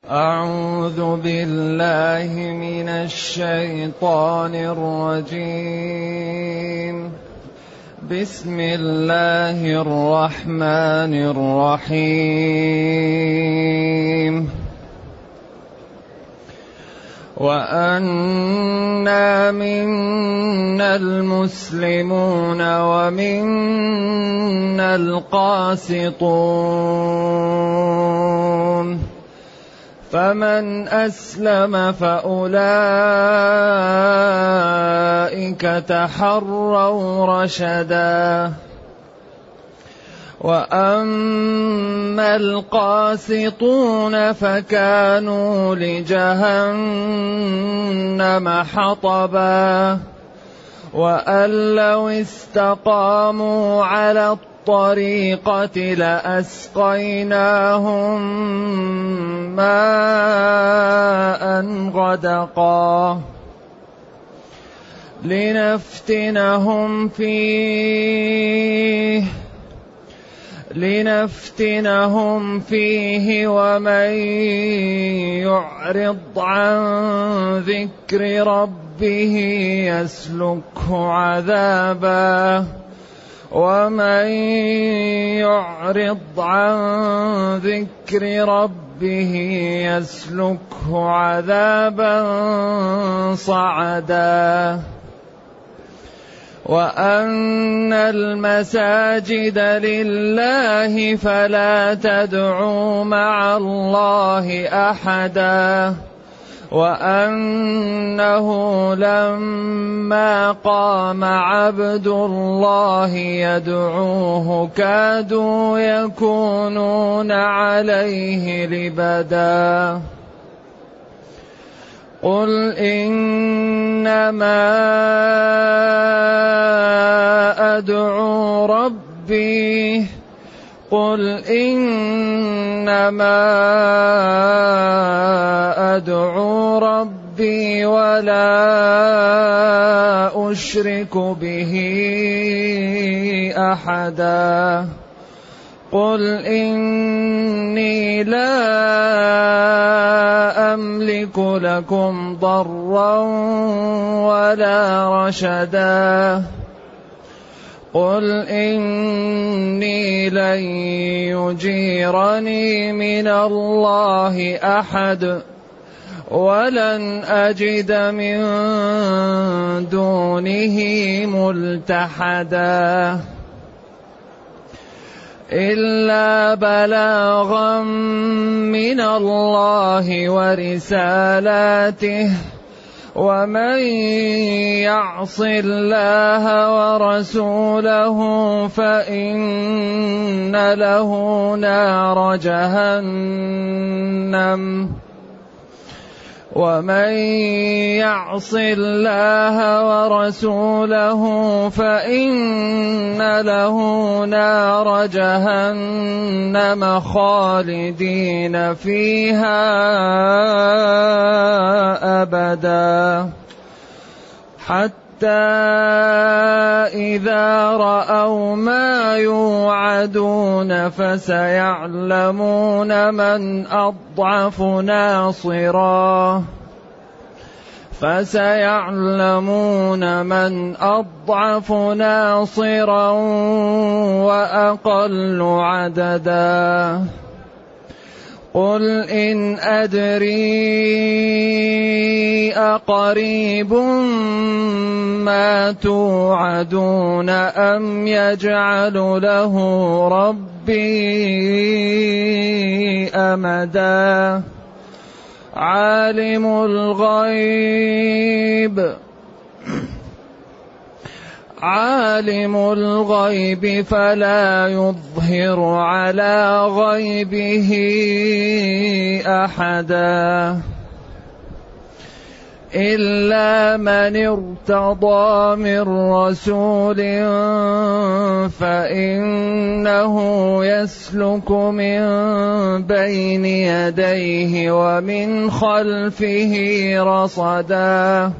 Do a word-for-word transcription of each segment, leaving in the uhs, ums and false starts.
أعوذ بالله من الشيطان الرجيم. بسم الله الرحمن الرحيم. وأنا منا المسلمون ومنا القاسطون، فمن أسلم فأولئك تحروا رشدا. وأما القاسطون فكانوا لجهنم حطبا، وأن لو استقاموا على الطريقة لأسقيناهم ماء غدقا لنفتنهم فيه لنفتنهم فيه ومن يعرض عن ذكر ربه يسلكه عذابا ومن يعرض عن ذكر ربه يسلكه عذابا صعدا. وأن المساجد لله فلا تدعوا مع الله أحدا، وأنه لما قام عبد الله يدعوه كادوا يكونون عليه لبدا. قل إنما أدعو ربي قل إنما أدعو ربي ولا أشرك به أحدا. قل إني لا أملك لكم ضرا ولا رشدا. قل إني لن يجيرني من الله أحد ولن أجد من دونه ملتحدا إلا بلاغا من الله ورسالاته، ومن يعص الله ورسوله فإن له نار جهنم ومن يعص الله ورسوله فإن له نار جهنم خالدين فيها أبدا. حتى إذا رأوا ما يوعدون فسيعلمون من أضعف ناصرا فسيعلمون من أضعف ناصرا وأقل عددا. قل إن أدري أقريب ما توعدون أم يجعل له ربي أمدا. عالم الغيب عالم الغيب فلا يظهر على غيبه أحدا إلا من ارتضى من رسول فإنه يسلك من بين يديه ومن خلفه رصدا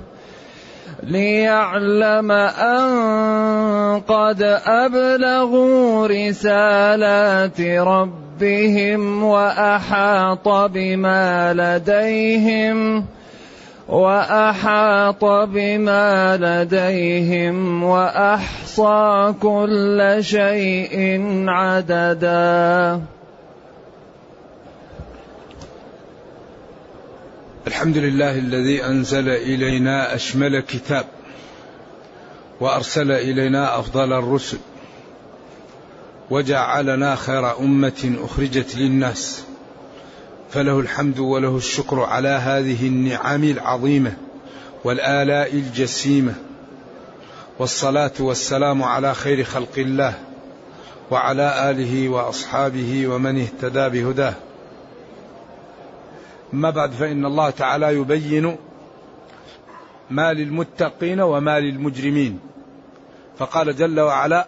ليعلم أن قد أبلغوا رسالات ربهم ربهم وأحاط بما لديهم وأحاط بما لديهم وأحصى كل شيء عددا. الحمد لله الذي أنزل إلينا أشمل كتاب وأرسل إلينا أفضل الرسل وجعلنا خير أمة أخرجت للناس، فله الحمد وله الشكر على هذه النعم العظيمة والآلاء الجسيمة، والصلاة والسلام على خير خلق الله وعلى آله وأصحابه ومن اهتدى بهداه. أما بعد، فإن الله تعالى يبين ما للمتقين وما للمجرمين، فقال جل وعلا: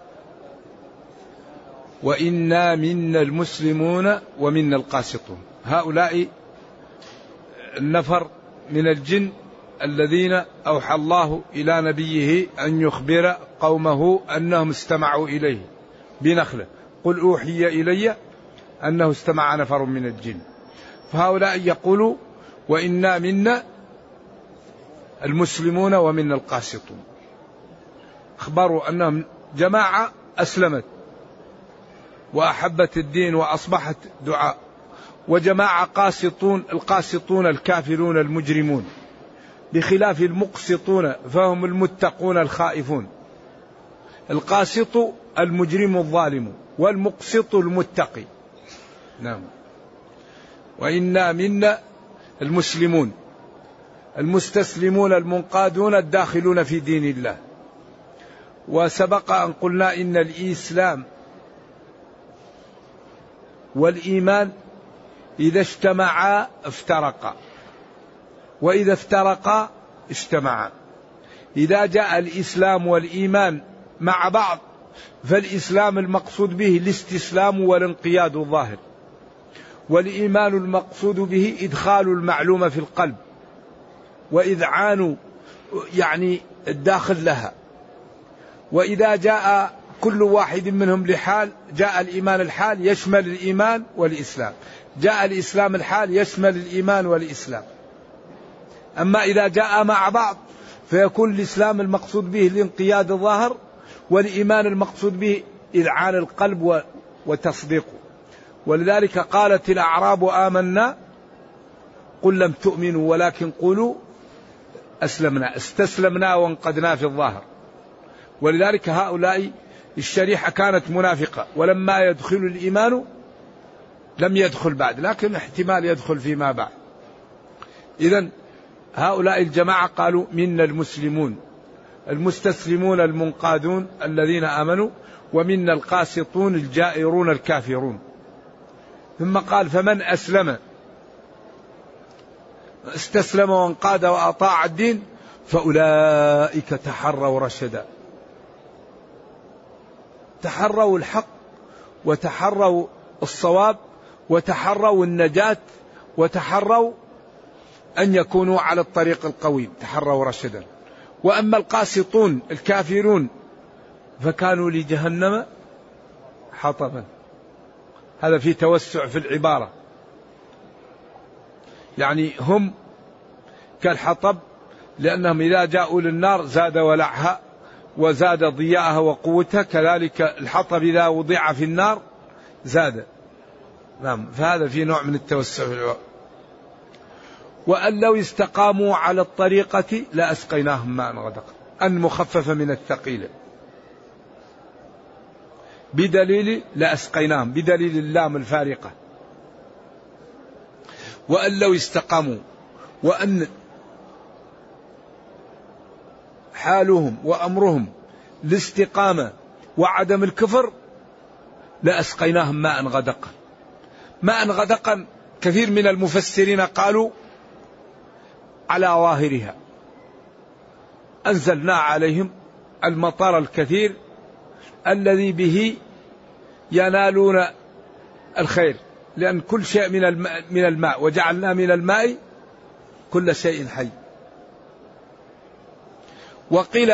وإنا منا المسلمون ومنا القاسطون. هؤلاء النفر من الجن الذين أوحى الله إلى نبيه أن يخبر قومه أنهم استمعوا إليه بنخلة، قل أوحي إلي أنه استمع نفر من الجن. فهؤلاء يقولوا: وإنا منا المسلمون ومنا القاسطون. أخبروا أنهم جماعة أسلمت وأحبت الدين وأصبحت دعاء، وجماعة قاسطون، القاسطون الكافرون المجرمون، بخلاف المقسطون فهم المتقون الخائفون. القاسط المجرم الظالم، والمقسط المتقي. نعم. وإنا منا المسلمون المستسلمون المنقادون الداخلون في دين الله. وسبق أن قلنا إن الإسلام والإيمان إذا اجتمعا افترقا، وإذا افترقا اجتمعا. إذا جاء الإسلام والإيمان مع بعض فالإسلام المقصود به الاستسلام والانقياد الظاهر، والإيمان المقصود به إدخال المعلومة في القلب وإذعان يعني الداخل لها. وإذا جاء كل واحد منهم لحال، جاء الإيمان الحال يشمل الإيمان والإسلام، جاء الإسلام الحال يشمل الإيمان والإسلام. أما إذا جاء مع بعض فيكون الإسلام المقصود به الانقياد الظاهر، والإيمان المقصود به إذعان القلب وتصديقه. ولذلك قالت الأعراب آمنا قل لم تؤمنوا ولكن قولوا أسلمنا، استسلمنا وانقدنا في الظاهر. ولذلك هؤلاء الشريحة كانت منافقة، ولما يدخل الإيمان لم يدخل بعد، لكن احتمال يدخل فيما بعد. إذن هؤلاء الجماعة قالوا منا المسلمون المستسلمون المنقادون الذين آمنوا، ومنا القاسطون الجائرون الكافرون. ثم قال: فمن أسلم استسلم وانقاد وأطاع الدين فأولئك تحروا رشدا. تحروا الحق وتحروا الصواب وتحروا النجاة وتحروا أن يكونوا على الطريق القويم، تحروا رشدا. وأما القاسطون الكافرون فكانوا لجهنم حطبا. هذا في توسع في العبارة، يعني هم كالحطب، لأنهم إذا جاءوا للنار زاد ولعها وزاد ضياءها وقوتها، كذلك الحطب إذا وضع في النار زاد. نعم، فهذا في نوع من التوسع في العبارة. وأن لو استقاموا على الطريقة لأسقيناهم ماء غدقا، أن مخففة من الثقيلة، بدليل لأسقيناهم، بدليل اللام الفارقة. وأن لو استقاموا، وأن حالهم وأمرهم الاستقامة وعدم الكفر لأسقيناهم ماء غدقا. ماء غدقا كثير من المفسرين قالوا على ظاهرها أنزلنا عليهم المطر الكثير الذي به ينالون الخير، لأن كل شيء من الماء, من الماء وجعلنا من الماء كل شيء حي. وقيل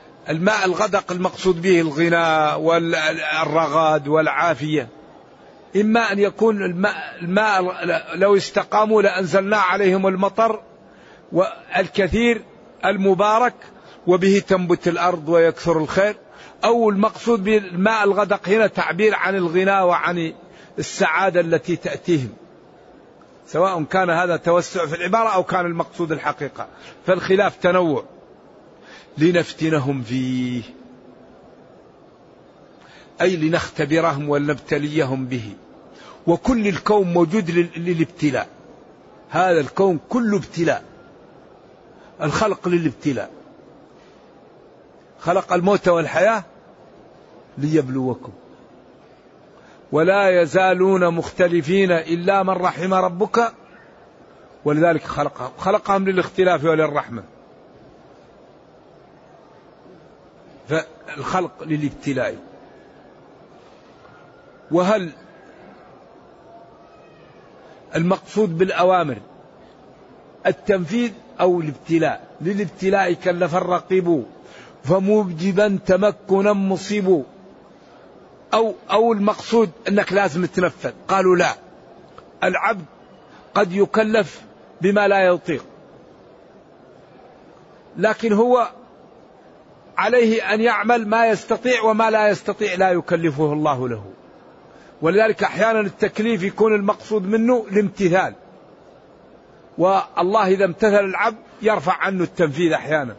الماء الغدق المقصود به الغنى والرغاد والعافية، إما أن يكون الماء, الماء لو استقاموا لأنزلنا عليهم المطر والكثير المبارك وبه تنبت الأرض ويكثر الخير، أو المقصود بالماء الغدق هنا تعبير عن الغنى وعن السعادة التي تأتيهم، سواء كان هذا توسع في العبارة أو كان المقصود الحقيقة، فالخلاف تنوع. لنفتنهم فيه أي لنختبرهم ولنبتليهم به. وكل الكون موجود للابتلاء، هذا الكون كله ابتلاء، الخلق للابتلاء، خلق الموت والحياة ليبلوكم ولا يزالون مختلفين إلا من رحم ربك، ولذلك خلقهم خلقهم للاختلاف وللرحمة، فالخلق للابتلاء. وهل المقصود بالأوامر التنفيذ أو الابتلاء؟ للابتلاء كلف الرقيب فموجبا تمكنا مصيب، أو, أو المقصود أنك لازم تنفذ. قالوا لا، العبد قد يكلف بما لا يطيق، لكن هو عليه أن يعمل ما يستطيع، وما لا يستطيع لا يكلفه الله له. ولذلك أحيانا التكليف يكون المقصود منه الامتثال، والله إذا امتثل العبد يرفع عنه التنفيذ. أحيانا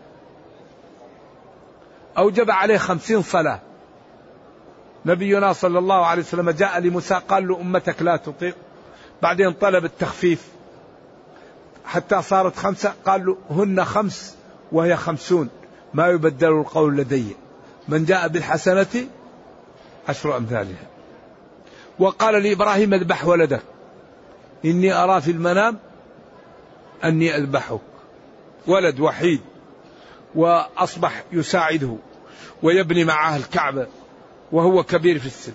أوجب عليه خمسين صلاة. نبينا صلى الله عليه وسلم جاء لموسى قال له أمتك لا تطيق، بعدين طلب التخفيف حتى صارت خمسة، قال له هن خمس وهي خمسون ما يبدل القول لدي، من جاء بالحسنة عشر أمثالها. وقال لإبراهيم اذبح ولدك إني أرى في المنام أني أذبحك، ولد وحيد وأصبح يساعده ويبني معه الكعبة وهو كبير في السن.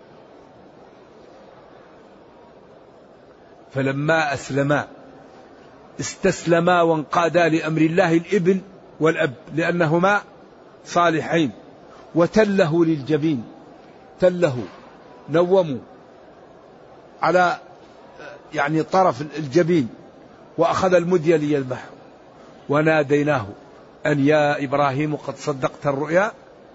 فلما أسلما استسلما وانقادا لأمر الله الابن والأب لأنهما صالحين، وتله للجبين، تله نوموا على يعني طرف الجبين وأخذ المدية ليذبحه، وناديناه أن يا إبراهيم قد صدقت الرؤيا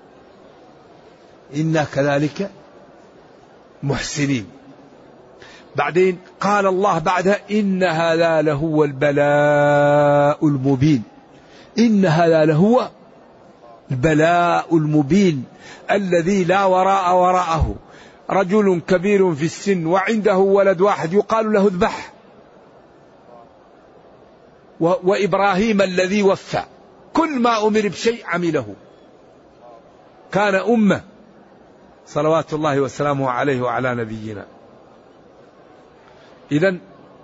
إنا كذلك محسنين. بعدين قال الله بعدها إن هذا لهو البلاء المبين، إن هذا لهو البلاء المبين الذي لا وراء وراءه. رجل كبير في السن وعنده ولد واحد يقال له اذبح، وإبراهيم الذي وفى كل ما أمر بشيء عمله، كان أمة صلوات الله وسلامه عليه وعلى نبينا. إذن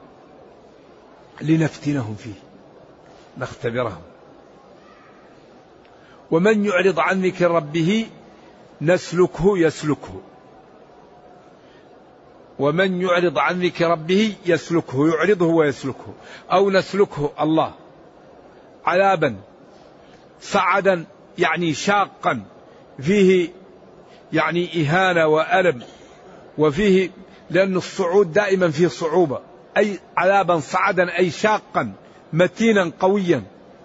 لنفتنهم فيه نختبرهم. ومن يعرض عن ذكر ربه نسلكه يسلكه، ومن يعرض عن ذكر ربه يسلكه، يعرضه ويسلكه، أو نسلكه الله عذابا صعدا يعني شاقا فيه يعني إهانة وألم، وفيه لأن الصعود دائما فيه صعوبة، أي عذابا صعدا أي شاقا متينا قويا.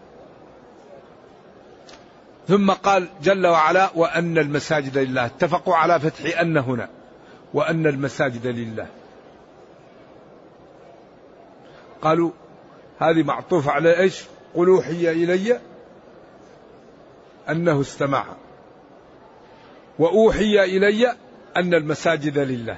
ثم قال جل وعلا وأن المساجد لله، اتفقوا على فتح أن هنا، وأن المساجد لله. قالوا هذه معطوف على إيش؟ قل أوحي إلي أنه استمع، وأوحي إلي أن المساجد لله.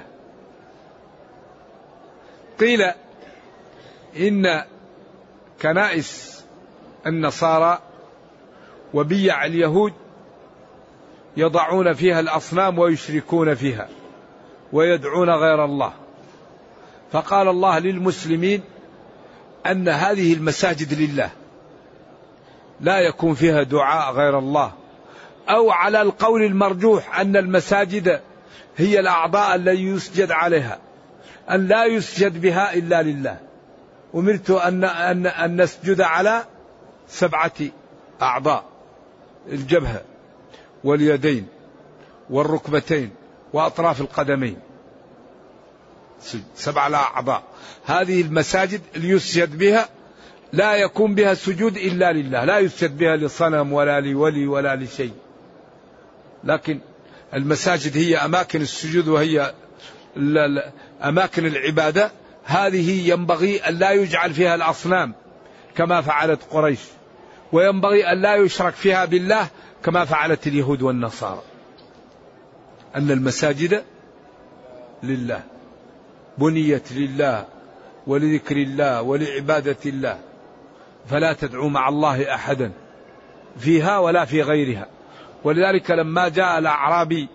قيل إن كنائس النصارى وبيع اليهود يضعون فيها الأصنام ويشركون فيها ويدعون غير الله، فقال الله للمسلمين أن هذه المساجد لله لا يكون فيها دعاء غير الله، أو على القول المرجوح أن المساجد هي الأعضاء التي يسجد عليها، أن لا يسجد بها إلا لله. أمرت أن, أن, أن نسجد على سبعة أعضاء: الجبهة واليدين والركبتين وأطراف القدمين. سبع لها أعضاء. هذه المساجد اللي يسجد بها لا يكون بها سجود إلا لله، لا يسجد بها لصنم ولا لولي ولا لشيء، لكن المساجد هي أماكن السجود وهي أماكن العبادة. هذه ينبغي أن لا يجعل فيها الأصنام كما فعلت قريش، وينبغي أن لا يشرك فيها بالله كما فعلت اليهود والنصارى. أن المساجد لله، بنيت لله ولذكر الله ولعبادة الله، فلا تدعوا مع الله أحدا فيها ولا في غيرها. ولذلك لما جاء الأعرابي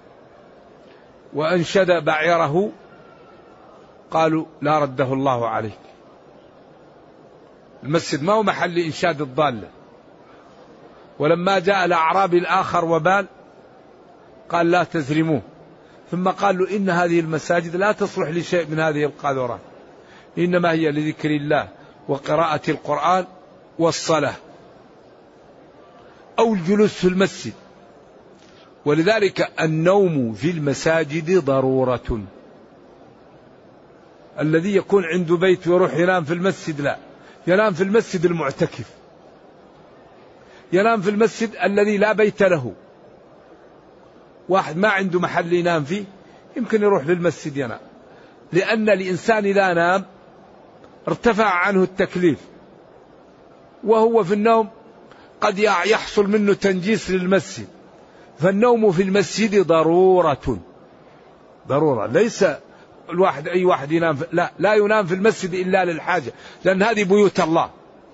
وأنشد بعيره قالوا لا رده الله عليك. المسجد ما هو محل إنشاد الضالة. ولما جاء الأعرابي الآخر وبال قال لا تزرموه، ثم قالوا إن هذه المساجد لا تصلح لشيء من هذه القاذورات، إنما هي لذكر الله وقراءة القرآن والصلاة أو الجلوس في المسجد. ولذلك النوم في المساجد ضرورة. الذي يكون عنده بيت ويروح ينام في المسجد لا، ينام في المسجد المعتكف، ينام في المسجد الذي لا بيت له. واحد ما عنده محل ينام فيه يمكن يروح للمسجد ينام، لأن الإنسان إذا نام ارتفع عنه التكليف، وهو في النوم قد يحصل منه تنجيس للمسجد. فالنوم في المسجد ضرورة، ضرورة، ليس الواحد أي واحد ينام في... لا لا ينام في المسجد إلا للحاجة، لأن هذه بيوت الله.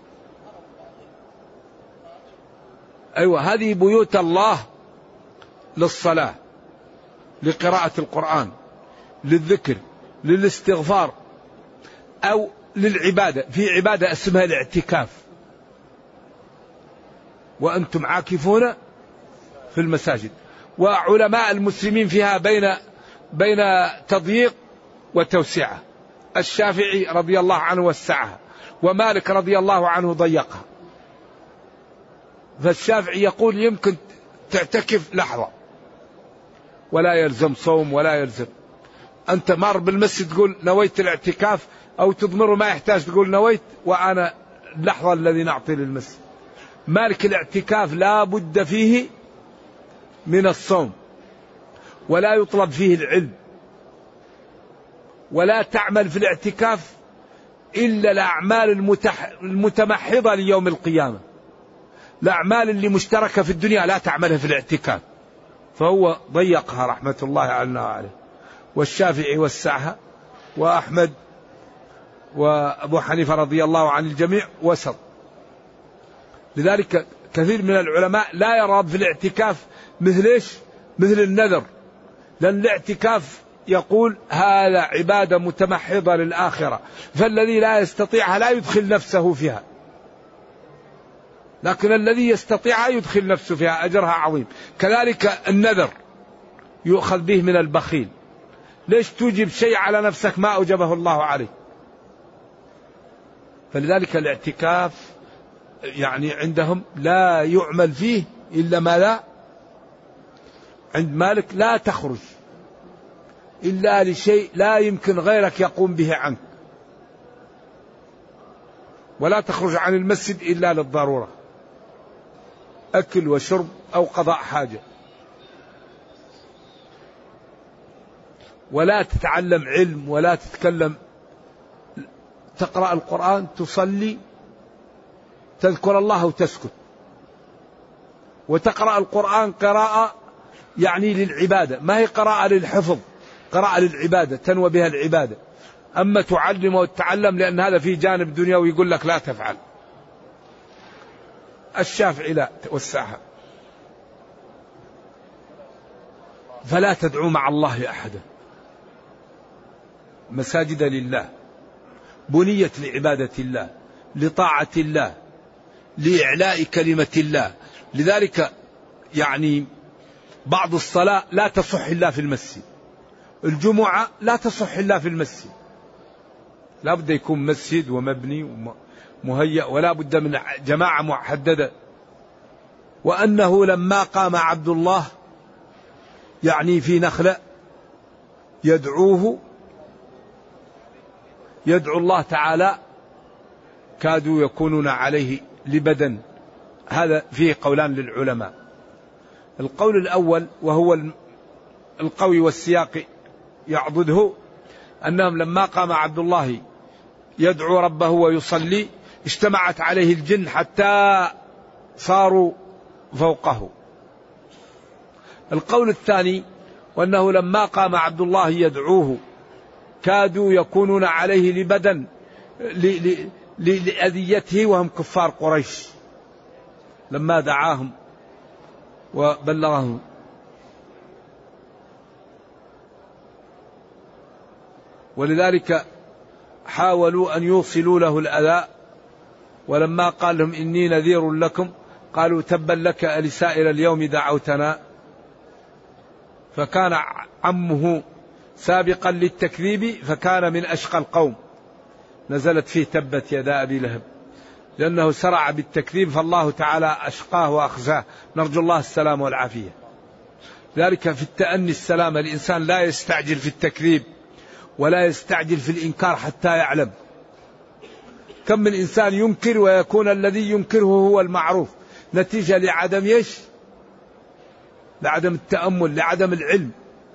أيوة هذه بيوت الله للصلاة، لقراءة القرآن، للذكر، للاستغفار، أو للعبادة. في عبادة اسمها الاعتكاف، وأنتم عاكفون في المساجد. وعلماء المسلمين فيها بين بين تضييق وتوسعة. الشافعي رضي الله عنه وسعها، ومالك رضي الله عنه ضيقها. فالشافعي يقول يمكن تعتكف لحظة ولا يلزم صوم ولا يلزم. أنت مار بالمسجد تقول نويت الاعتكاف، أو تضمره ما يحتاج تقول نويت وأنا اللحظة الذي نعطي للمسجد. مالك الاعتكاف لا بد فيه من الصوم، ولا يطلب فيه العلم، ولا تعمل في الاعتكاف إلا الأعمال المتح... المتمحضة ليوم القيامة. الأعمال اللي مشتركة في الدنيا لا تعملها في الاعتكاف، فهو ضيقها رحمة الله علينا وعليه. والشافعي وسعها، وأحمد وأبو حنيفة رضي الله عن الجميع وسط. لذلك كثير من العلماء لا يرى في الاعتكاف مثل إيش؟ مثل النذر، لأن الاعتكاف يقول هذا عبادة متمحضة للآخرة، فالذي لا يستطيعها لا يدخل نفسه فيها، لكن الذي يستطيعها يدخل نفسه فيها، أجرها عظيم. كذلك النذر يؤخذ به من البخيل. ليش توجب شيء على نفسك ما أوجبه الله عليك؟ فلذلك الاعتكاف يعني عندهم لا يعمل فيه إلا ما لا. عند مالك لا تخرج إلا لشيء لا يمكن غيرك يقوم به عنك، ولا تخرج عن المسجد إلا للضرورة، أكل وشرب أو قضاء حاجة. ولا تتعلم علم ولا تتكلم، تقرأ القرآن، تصلي، تذكر الله وتسكت. وتقرأ القرآن قراءة يعني للعبادة، ما هي قراءة للحفظ، قراءة للعبادة تنوى بها العبادة. أما تعلم وتتعلم لأن هذا في جانب دنيوي يقول لك لا تفعل. الشافعي لا توسعها. فلا تدعوا مع الله أحدا. مساجد لله، بنيت لعبادة الله، لطاعة الله، لإعلاء كلمة الله. لذلك يعني بعض الصلاة لا تصح إلا في المسجد، الجمعة لا تصح إلا في المسجد، لا بد يكون مسجد ومبني ومهيأ، ولا بد من جماعة محددة. وأنه لما قام عبد الله يعني في نخلة يدعوه يدعو الله تعالى كادوا يكونون عليه لبدا. هذا فيه قولان للعلماء. القول الأول وهو القوي والسياق يعضده، أنهم لما قام عبد الله يدعو ربه ويصلي اجتمعت عليه الجن حتى صاروا فوقه. القول الثاني وأنه لما قام عبد الله يدعوه كادوا يكونون عليه لبدا لأذيته وهم كفار قريش لما دعاهم وبلغهم. ولذلك حاولوا أن يوصلوا له الأذى، ولما قال لهم إني نذير لكم قالوا تبا لك ألسائر اليوم دعوتنا. فكان عمه سابقا للتكذيب فكان من أشقى القوم، نزلت فيه تبت يدا أبي لهب، لأنه سرع بالتكذيب فالله تعالى أشقاه وأخزاه، نرجو الله السلام والعافية. ذلك في التأني السلامة، الإنسان لا يستعجل في التكذيب ولا يستعجل في الإنكار حتى يعلم. كم من إنسان ينكر ويكون الذي ينكره هو المعروف نتيجة لعدم يش لعدم التأمل، لعدم العلم.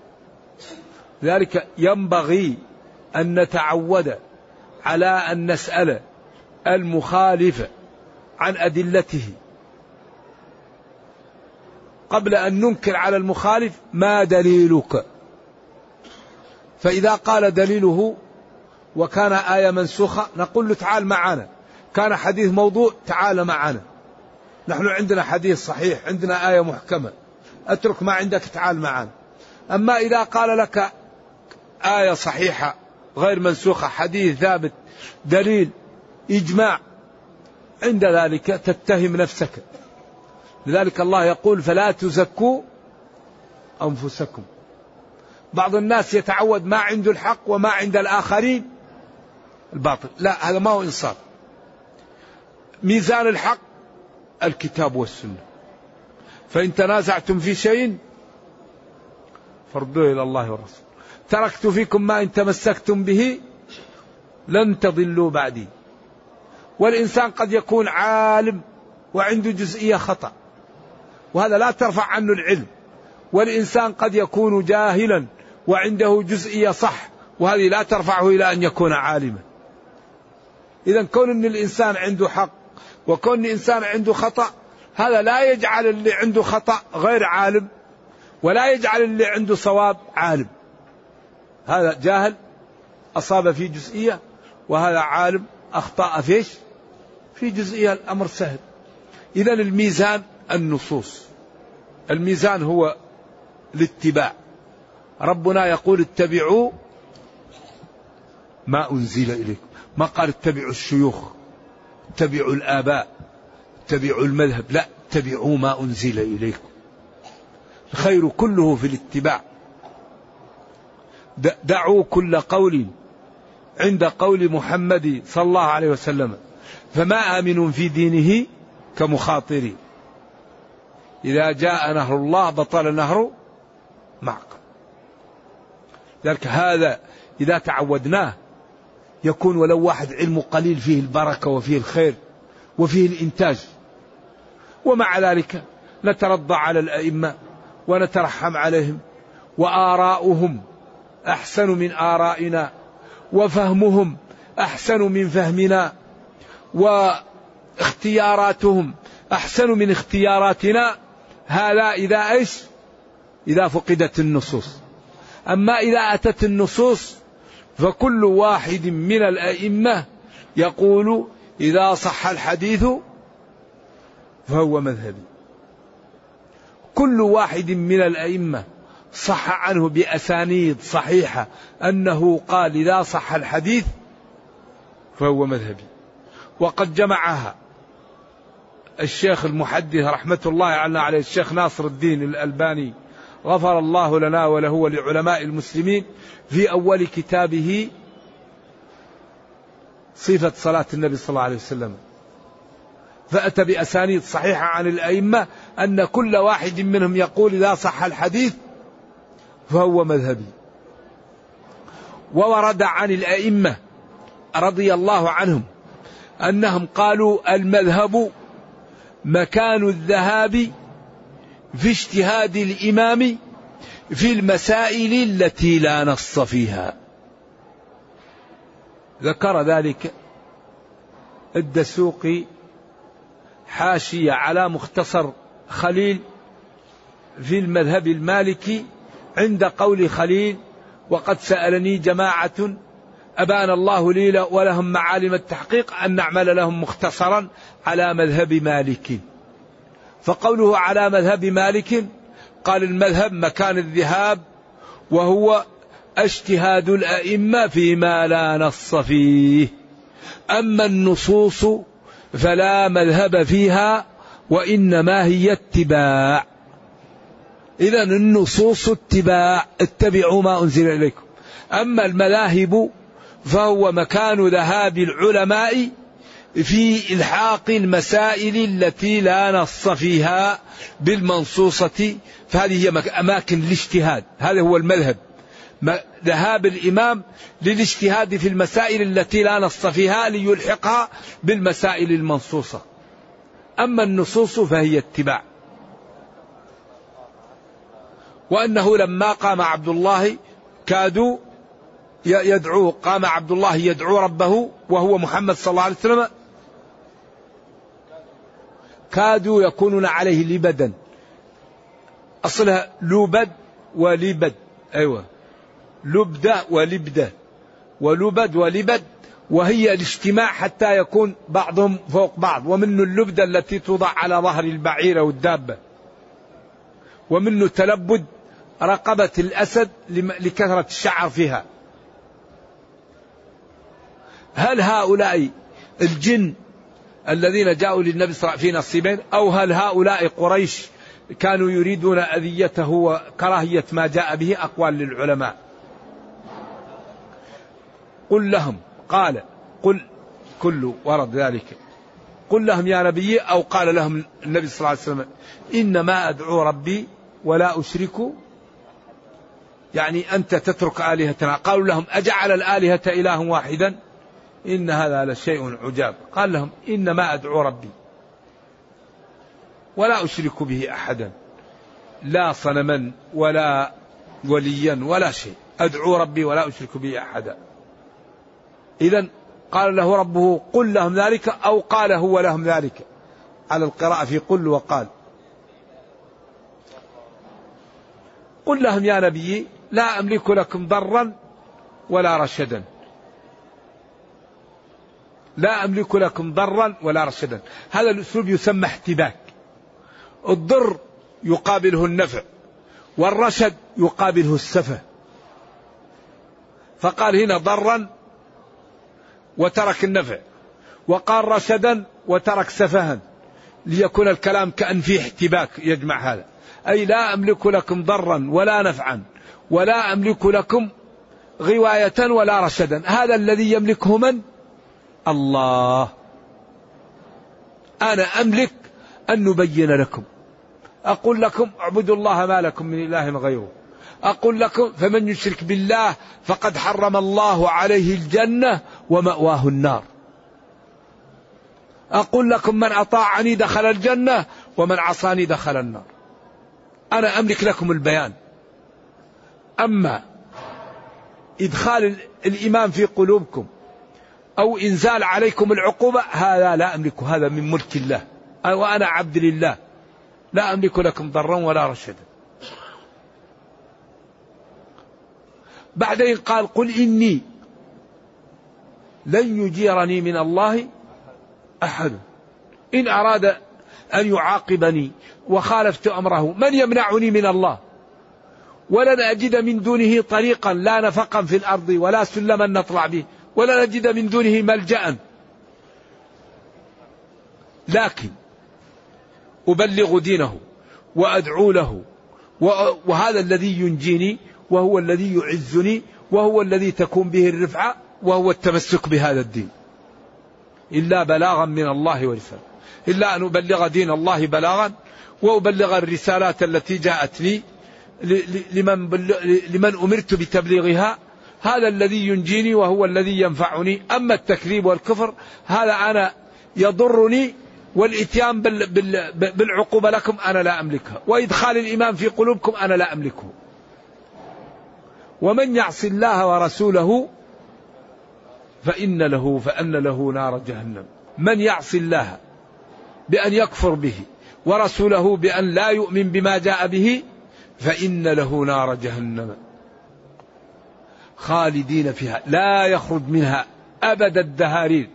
لذلك ينبغي أن نتعود على أن نسأل المخالف عن أدلته قبل أن ننكر على المخالف ما دليلك. فإذا قال دليله وكان آية منسوخة نقول له تعال معنا، كان حديث موضوع تعال معنا، نحن عندنا حديث صحيح، عندنا آية محكمة، أترك ما عندك تعال معنا. أما إذا قال لك آية صحيحة غير منسوخة، حديث ثابت، دليل، إجماع، عند ذلك تتهم نفسك. لذلك الله يقول فلا تزكوا أنفسكم. بعض الناس يتعود ما عنده الحق وما عند الآخرين الباطل، لا، هذا ما هو إنصاف. ميزان الحق الكتاب والسنة، فإن تنازعتم في شيء فردوه إلى الله والرسول، تركت فيكم ما إن تمسكتم به لن تضلوا بعدي. والإنسان قد يكون عالم وعنده جزئية خطأ، وهذا لا ترفع عنه العلم. والإنسان قد يكون جاهلا وعنده جزئية صح، وهذه لا ترفعه إلى أن يكون عالما. إذا كون أن الإنسان عنده حق وكون الإنسان عنده خطأ، هذا لا يجعل اللي عنده خطأ غير عالم، ولا يجعل اللي عنده صواب عالم. هذا جاهل أصاب في جزئية، وهذا عالم أخطأ فيش في جزئية. الأمر سهل. إذا الميزان النصوص، الميزان هو الاتباع. ربنا يقول اتبعوا ما أنزل إليكم، ما قال اتبعوا الشيوخ، اتبعوا الآباء، اتبعوا المذهب، لا، اتبعوا ما أنزل إليكم. الخير كله في الاتباع. دعوا كل قول عند قول محمد صلى الله عليه وسلم، فما آمن في دينه كمخاطري، إذا جاء نهر الله بطل نهر معكم. ذلك هذا إذا تعودناه يكون ولو واحد علمه قليل فيه البركة وفيه الخير وفيه الإنتاج. ومع ذلك نترضى على الأئمة ونترحم عليهم، وآراؤهم أحسن من آرائنا، وفهمهم أحسن من فهمنا، واختياراتهم أحسن من اختياراتنا. هذا إذا إيش؟ إذا فقدت النصوص. أما إذا أتت النصوص فكل واحد من الأئمة يقول إذا صح الحديث فهو مذهبي. كل واحد من الأئمة صح عنه بأسانيد صحيحة أنه قال إذا صح الحديث فهو مذهبي. وقد جمعها الشيخ المحدث رحمة الله عليه الشيخ ناصر الدين الألباني غفر الله لنا وله ولعلماء المسلمين في أول كتابه صفة صلاة النبي صلى الله عليه وسلم، فأتى بأسانيد صحيحة عن الأئمة أن كل واحد منهم يقول إذا صح الحديث فهو مذهبي. وورد عن الأئمة رضي الله عنهم أنهم قالوا المذهب مكان الذهاب في اجتهاد الإمام في المسائل التي لا نص فيها. ذكر ذلك الدسوقي حاشية على مختصر خليل في المذهب المالكي عند قول خليل: وقد سألني جماعة أبان الله لي ولهم معالم التحقيق أن نعمل لهم مختصرا على مذهب مالك. فقوله على مذهب مالك، قال المذهب مكان الذهاب وهو اجتهاد الأئمة فيما لا نص فيه، أما النصوص فلا مذهب فيها وإنما هي اتباع. إذن النصوص اتباع، اتبعوا ما أنزل إليكم. أما المذاهب فهو مكان ذهاب العلماء في إلحاق المسائل التي لا نص فيها بالمنصوصة، فهذه هي أماكن الاجتهاد. هذا هو المذهب، ذهاب الإمام للاجتهاد في المسائل التي لا نص فيها ليلحقها بالمسائل المنصوصة. أما النصوص فهي اتباع. وأنه لما قام عبد الله كادوا يدعو، قام عبد الله يدعو ربه وهو محمد صلى الله عليه وسلم، كادوا يكونون عليه لبدا. أصلها لبد ولبد، أيوة لبدة ولبدة ولبد ولبد، وهي الاجتماع حتى يكون بعضهم فوق بعض. ومنه اللبدة التي توضع على ظهر البعير أو الدابة، ومنه تلبد رقبة الأسد لكثرة الشعر فيها. هل هؤلاء الجن الذين جاءوا للنبي صلى الله عليه وسلم في نصيبين، أو هل هؤلاء قريش كانوا يريدون أذيته وكراهية ما جاء به؟ أقوال للعلماء. قل لهم، قال قل كل ورد ذلك، قل لهم يا نبي، أو قال لهم النبي صلى الله عليه وسلم: إنما أدعو ربي ولا أشرك، يعني أنت تترك آلهتنا. قالوا لهم: أجعل الآلهة إله واحدا إن هذا لشيء عجاب. قال لهم: إنما أدعو ربي ولا أشرك به أحدا، لا صنما ولا وليا ولا شيء، أدعو ربي ولا أشرك به أحدا. إذن قال له ربه: قل لهم ذلك، أو قال هو لهم ذلك، على القراءة في قل وقال. قل لهم يا نبي لا أملك لكم ضرا ولا رشدا، لا أملك لكم ضرا ولا رشدا. هذا الأسلوب يسمى احتباك. الضر يقابله النفع، والرشد يقابله السفه. فقال هنا ضرا وترك النفع، وقال رشدا وترك سفها، ليكون الكلام كأن فيه احتباك يجمع هذا. أي لا أملك لكم ضرا ولا نفعا، ولا أملك لكم غواية ولا رشدا. هذا الذي يملكه من؟ الله. أنا أملك أن نبين لكم، أقول لكم اعبدوا الله ما لكم من إله غيره، أقول لكم فمن يشرك بالله فقد حرم الله عليه الجنة ومأواه النار، أقول لكم من أطاعني دخل الجنة ومن عصاني دخل النار. أنا أملك لكم البيان. أما إدخال الإيمان في قلوبكم أو إنزال عليكم العقوبة، هذا لا أملك، هذا من ملك الله، وأنا عبد لله، لا أملك لكم ضرا ولا رشدا. بعدين قال: قل إني لن يجيرني من الله أحد إن أراد أن يعاقبني وخالفت أمره من يمنعني من الله، ولن أجد من دونه طريقا، لا نفقا في الأرض ولا سلما نطلع به، ولا نجد من دونه ملجأ، لكن أبلغ دينه وأدعو له، وهذا الذي ينجيني، وهو الذي يعزني، وهو الذي تكون به الرفعة، وهو التمسك بهذا الدين. إلا بلاغا من الله ورسالة، إلا أن أبلغ دين الله بلاغا، وأبلغ الرسالات التي جاءتني لمن, لمن أمرت بتبليغها، هذا الذي ينجيني وهو الذي ينفعني. أما التكذيب والكفر هذا أنا يضرني، والإتيان بالعقوبة لكم أنا لا أملكها، وإدخال الإيمان في قلوبكم أنا لا أملكه. ومن يعص الله ورسوله فإن له فأن له نار جهنم. من يعص الله بأن يكفر به ورسوله بأن لا يؤمن بما جاء به فإن له نار جهنم خالدين فيها لا يخرج منها أبد الدهارين.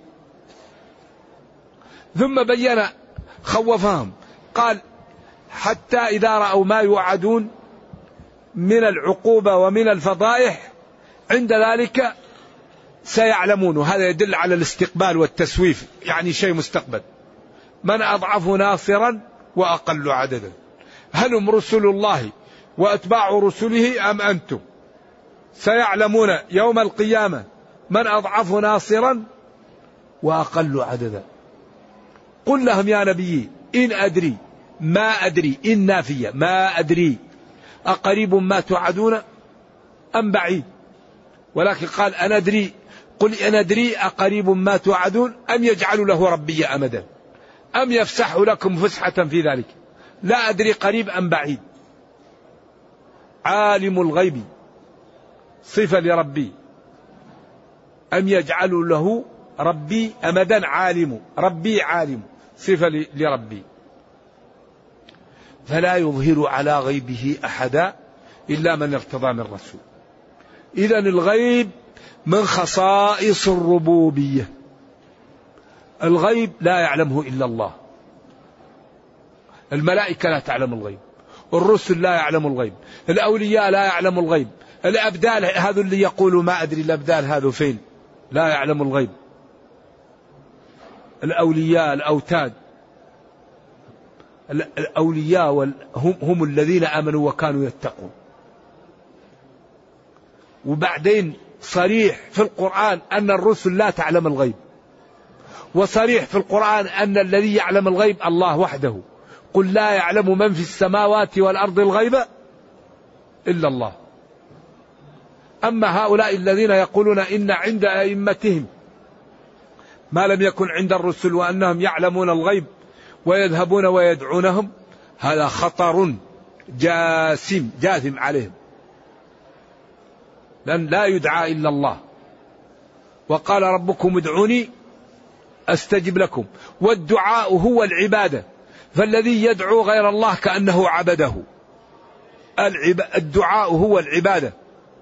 ثم بين خوفهم قال حتى إذا رأوا ما يوعدون من العقوبة ومن الفضائح عند ذلك سيعلمون. وهذا يدل على الاستقبال والتسويف، يعني شيء مستقبل. من أضعف ناصرا وأقل عددا، هل هم رسل الله وأتباع رسله أم أنتم؟ سيعلمون يوم القيامة من أضعف ناصرا وأقل عددا. قل لهم يا نبي إن أدري ما أدري، إن نافية ما أدري أقريب ما توعدون أم بعيد، ولكن قال أنا أدري. قل أنا أدري أقريب ما توعدون أم يجعل له ربي أمدا أم يفسح لكم فسحة في ذلك، لا أدري قريب أم بعيد. عالم الغيب صفة لربي، أم يجعل له ربي أمدا، عالم ربي عالم صفة لربي. فلا يظهر على غيبه أحدا إلا من ارتضى من رسول. إذن الغيب من خصائص الربوبية. الغيب لا يعلمه إلا الله. الملائكة لا تعلم الغيب، الرسل لا يعلم الغيب، الأولياء لا يعلم الغيب، الأبدال هذا اللي يقولوا ما أدري الأبدال هذا فين، لا يعلم الغيب. الأولياء الأوتاد، الأولياء هم, هم الذين آمنوا وكانوا يتقون. وبعدين صريح في القرآن أن الرسل لا تعلم الغيب، وصريح في القرآن أن الذي يعلم الغيب الله وحده. قل لا يعلم من في السماوات والأرض الغيب إلا الله. أما هؤلاء الذين يقولون إن عند أئمتهم ما لم يكن عند الرسل وأنهم يعلمون الغيب ويذهبون ويدعونهم، هذا خطر جاسم جاثم عليهم، لأن لا يدعى إلا الله. وقال ربكم ادعوني أستجب لكم، والدعاء هو العبادة، فالذي يدعو غير الله كأنه عبده. الدعاء هو العبادة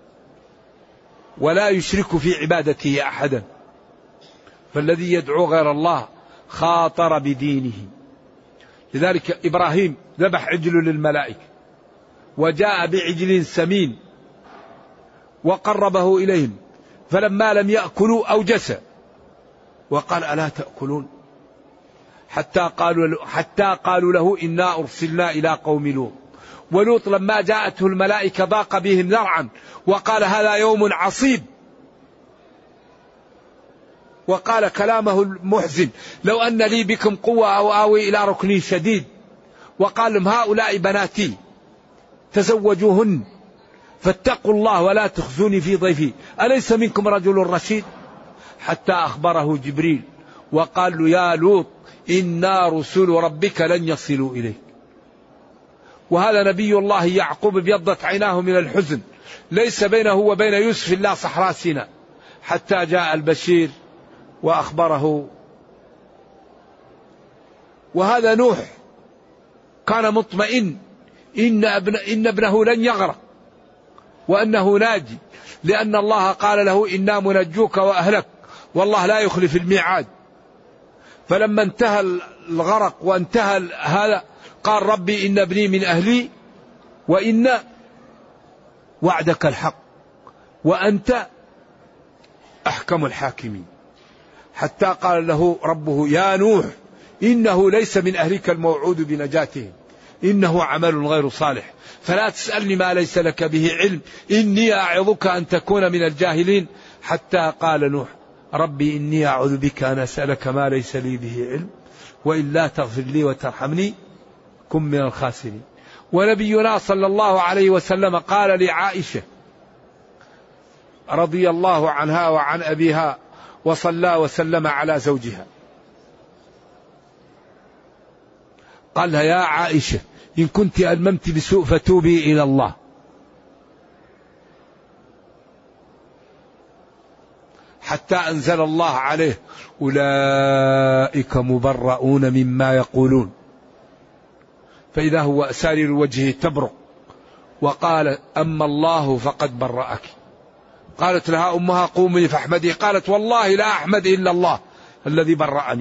ولا يشرك في عبادته أحدا، فالذي يدعو غير الله خاطر بدينه. لذلك إبراهيم ذبح عجل للملائكة وجاء بعجل سمين وقربه إليهم، فلما لم يأكلوا أوجس وقال ألا تأكلون، حتى قالوا, حتى قالوا له إنا أرسلنا إلى قوم لوط. ولوط لما جاءته الملائكة ضاق بهم ذرعا وقال هذا يوم عصيب، وقال كلامه المحزن لو أن لي بكم قوة أو آوي إلى ركن شديد. وقال لهم هؤلاء بناتي تزوجوهن فاتقوا الله ولا تخزوني في ضيفي أليس منكم رجل رشيد. حتى أخبره جبريل وقال له يا لوط إنا رسل ربك لن يصلوا إليك. وهذا نبي الله يعقوب ابيضت عيناه من الحزن، ليس بينه وبين يوسف إلا صحراء سيناء، حتى جاء البشير وأخبره. وهذا نوح كان مطمئن إن, ابن إن ابنه لن يغرق وأنه ناجي، لأن الله قال له إنا منجوك وأهلك والله لا يخلف الميعاد. فلما انتهى الغرق وانتهى هذا قال ربي إن ابني من أهلي وإن وعدك الحق وأنت أحكم الحاكمين. حتى قال له ربه يا نوح إنه ليس من أهلك الموعود بنجاته إنه عمل غير صالح فلا تسألني ما ليس لك به علم إني أعظك أن تكون من الجاهلين. حتى قال نوح ربي إني أعوذ بك أن أسألك ما ليس لي به علم وإلا تغفر لي وترحمني كن من الخاسرين. ونبينا صلى الله عليه وسلم قال لعائشة رضي الله عنها وعن أبيها وصلى وسلم على زوجها، قال لها: يا عائشة إن كنت ألممت بسوء فتوبي إلى الله. حتى أنزل الله عليه: أولئك مبرؤون مما يقولون. فإذا هو أسارير وجهه تبرق، وقال: أما الله فقد برأك. قالت لها أمها: قومي فاحمدي. قالت: والله لا أحمد إلا الله الذي برأني.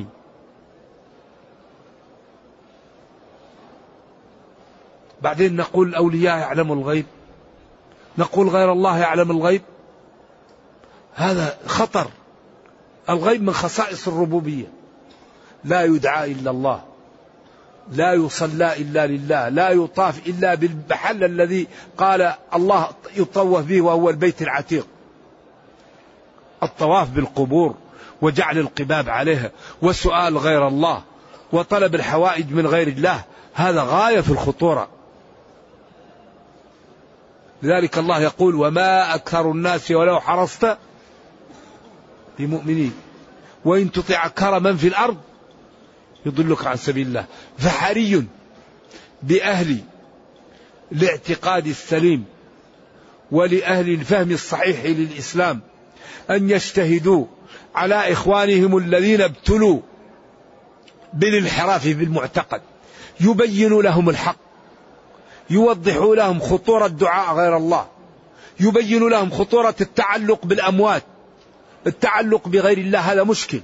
بعدين نقول الأولياء يعلم الغيب، نقول غير الله يعلم الغيب، هذا خطر. الغيب من خصائص الربوبية، لا يدعى إلا الله، لا يصلى إلا لله، لا يطاف إلا بالمحل الذي قال الله يطوف به وهو البيت العتيق. الطواف بالقبور وجعل القباب عليها وسؤال غير الله وطلب الحوائج من غير الله، هذا غاية في الخطورة. لذلك الله يقول: وما أكثر الناس ولو حرصت بمؤمنين وإن تطع أكثر من في الأرض يضلك عن سبيل الله. فحري بأهل الاعتقاد السليم ولأهل الفهم الصحيح للإسلام أن يجتهدوا على إخوانهم الذين ابتلوا بالانحراف بالمعتقد، يبينوا لهم الحق، يوضحوا لهم خطورة دعاء غير الله، يبينوا لهم خطورة التعلق بالأموات. التعلق بغير الله هذا مشكل.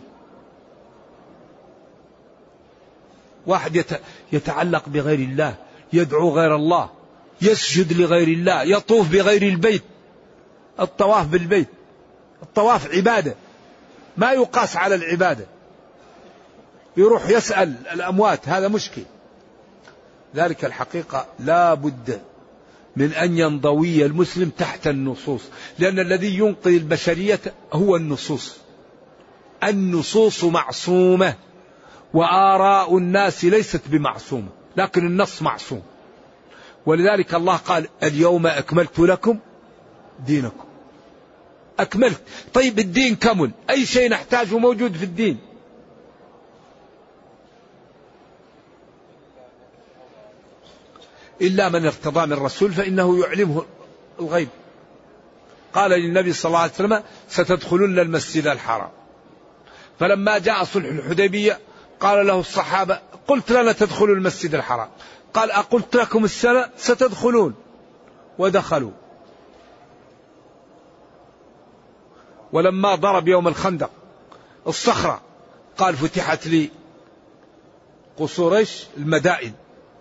واحد يتعلق بغير الله، يدعو غير الله، يسجد لغير الله، يطوف بغير البيت. الطواف بالبيت، الطواف عبادة ما يقاس على العبادة. يروح يسأل الأموات، هذا مشكل. ذلك الحقيقة لا بد من أن ينضوي المسلم تحت النصوص، لأن الذي ينقذ البشرية هو النصوص. النصوص معصومة، وآراء الناس ليست بمعصومة، لكن النص معصوم. ولذلك الله قال: اليوم أكملت لكم دينكم. أكملت. طيب الدين كمل، أي شيء نحتاجه موجود في الدين. إلا من ارتضى من رسول فإنه يعلمه الغيب. قال للنبي صلى الله عليه وسلم: ستدخلن المسجد الحرام. فلما جاء صلح الحديبية قال له الصحابة: قلت لنا تدخلوا المسجد الحرام. قال: أقلت لكم السنة ستدخلون. ودخلوا. ولما ضرب يوم الخندق الصخرة قال: فتحت لي قصور ايش؟ المدائن.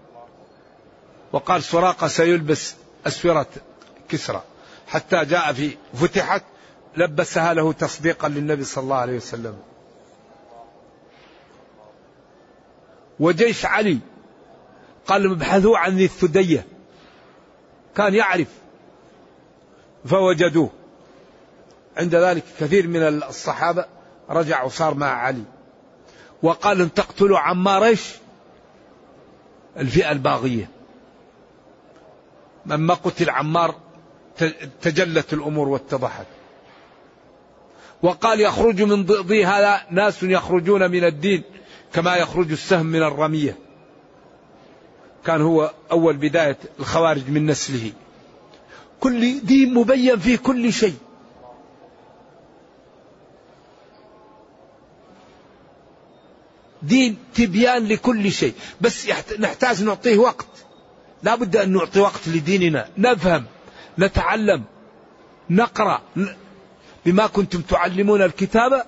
وقال سراقة: سيلبس أسورة كسرى، حتى جاء في فتحت لبسها له تصديقا للنبي صلى الله عليه وسلم. وجيش علي قال: ابحثوا عن ذي الثدية، كان يعرف، فوجدوه. عند ذلك كثير من الصحابة رجعوا صار مع علي. وقال: ان تقتلوا عمار ايش؟ الفئة الباغية. لما قتل عمار تجلت الأمور واتضحت. وقال: يخرج من ضئضي هذا ناس يخرجون من الدين كما يخرج السهم من الرمية. كان هو أول بداية الخوارج من نسله. كل دين مبين فيه كل شيء. دين تبيان لكل شيء، بس نحتاج نعطيه وقت. لا بد أن نعطي وقت لديننا، نفهم، نتعلم، نقرأ. بما كنتم تعلمون الكتاب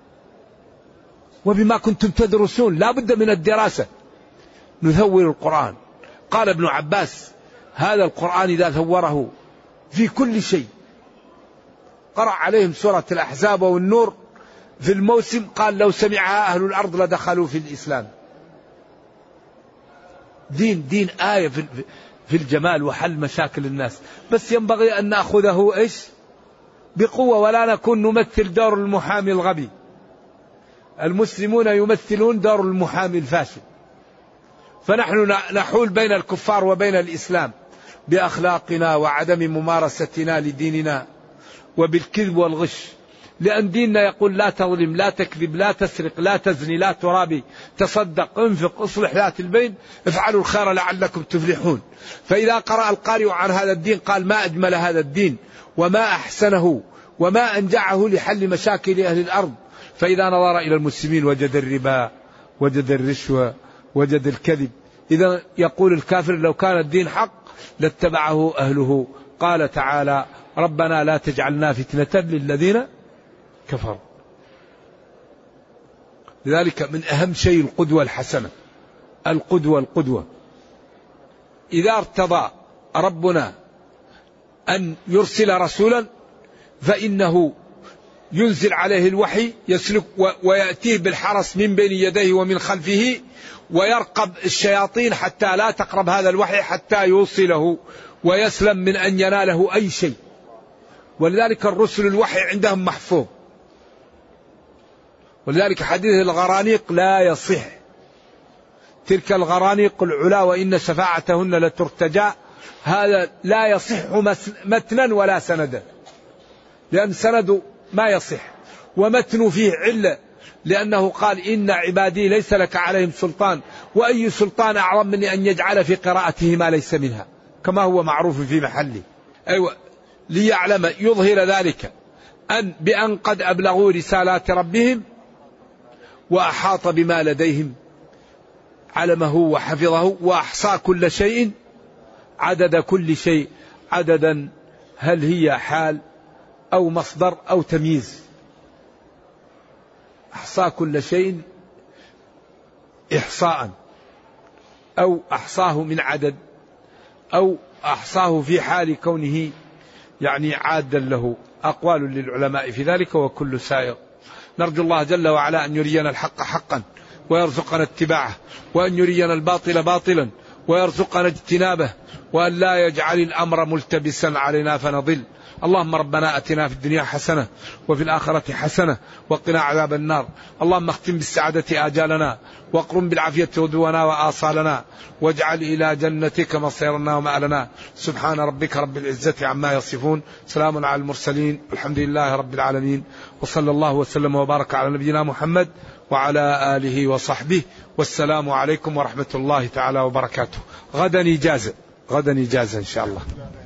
وبما كنتم تدرسون، لا بد من الدراسة. نثور القرآن. قال ابن عباس: هذا القرآن إذا ثوره في كل شيء. قرأ عليهم سورة الأحزاب والنور في الموسم، قال: لو سمعها أهل الأرض لدخلوا في الإسلام. دين دين آية في الجمال وحل مشاكل الناس، بس ينبغي أن نأخذه إيش؟ بقوة، ولا نكون نمثل دور المحامي الغبي. المسلمون يمثلون دور المحامي الفاشل. فنحن نحول بين الكفار وبين الإسلام بأخلاقنا وعدم ممارستنا لديننا وبالكذب والغش، لأن ديننا يقول لا تظلم، لا تكذب، لا تسرق، لا تزني، لا ترابي، تصدق، انفق، اصلح ذات البين، افعلوا الخير لعلكم تفلحون. فإذا قرأ القارئ عن هذا الدين قال ما أجمل هذا الدين وما أحسنه وما أنجعه لحل مشاكل أهل الأرض. فإذا نظر إلى المسلمين وجد الربا، وجد الرشوة، وجد الكذب. إذا يقول الكافر لو كان الدين حق لاتبعه أهله. قال تعالى ربنا لا تجعلنا فتنة للذين كفروا. لذلك من أهم شيء القدوة الحسنة. القدوة القدوة إذا ارتضى ربنا أن يرسل رسولا فإنه ينزل عليه الوحي يسلك ويأتيه بالحرس من بين يديه ومن خلفه، ويرقب الشياطين حتى لا تقرب هذا الوحي حتى يوصله ويسلم من أن يناله أي شيء. ولذلك الرسل الوحي عندهم محفوظ. ولذلك حديث الغرانيق لا يصح. تلك الغرانيق العلا وإن شفاعتهن لترتجى، هذا لا يصح متنا ولا سندا، لأن سند ما يصح، ومتن فيه علة، لأنه قال إن عبادي ليس لك عليهم سلطان، وأي سلطان أعظم من أن يجعل في قراءته ما ليس منها كما هو معروف في محله. أيوة، ليعلم يظهر ذلك أن بأن قد أبلغوا رسالات ربهم وأحاط بما لديهم، علمه وحفظه وأحصى كل شيء عدد كل شيء عددا. هل هي حال أو مصدر أو تمييز؟ أحصى كل شيء إحصاء، أو أحصاه من عدد، أو أحصاه في حال كونه يعني عادا له. أقوال للعلماء في ذلك وكل سائغ. نرجو الله جل وعلا أن يرينا الحق حقا ويرزقنا اتباعه، وأن يرينا الباطل باطلا ويرزقنا اجتنابه، وأن لا يجعل الأمر ملتبسا علينا فنضل. اللهم ربنا أتنا في الدنيا حسنة وفي الآخرة حسنة وقنا عذاب النار. اللهم اختم بالسعادة آجالنا، واقرم بالعافية غدونا وآصالنا، واجعل إلى جنتك مصيرنا ومآلنا. سبحان ربك رب العزة عما يصفون، سلام على المرسلين، الحمد لله رب العالمين، وصلى الله وسلم وبارك على نبينا محمد وعلى آله وصحبه، والسلام عليكم ورحمة الله تعالى وبركاته. غدا إجازة، غدا إجازة إن شاء الله.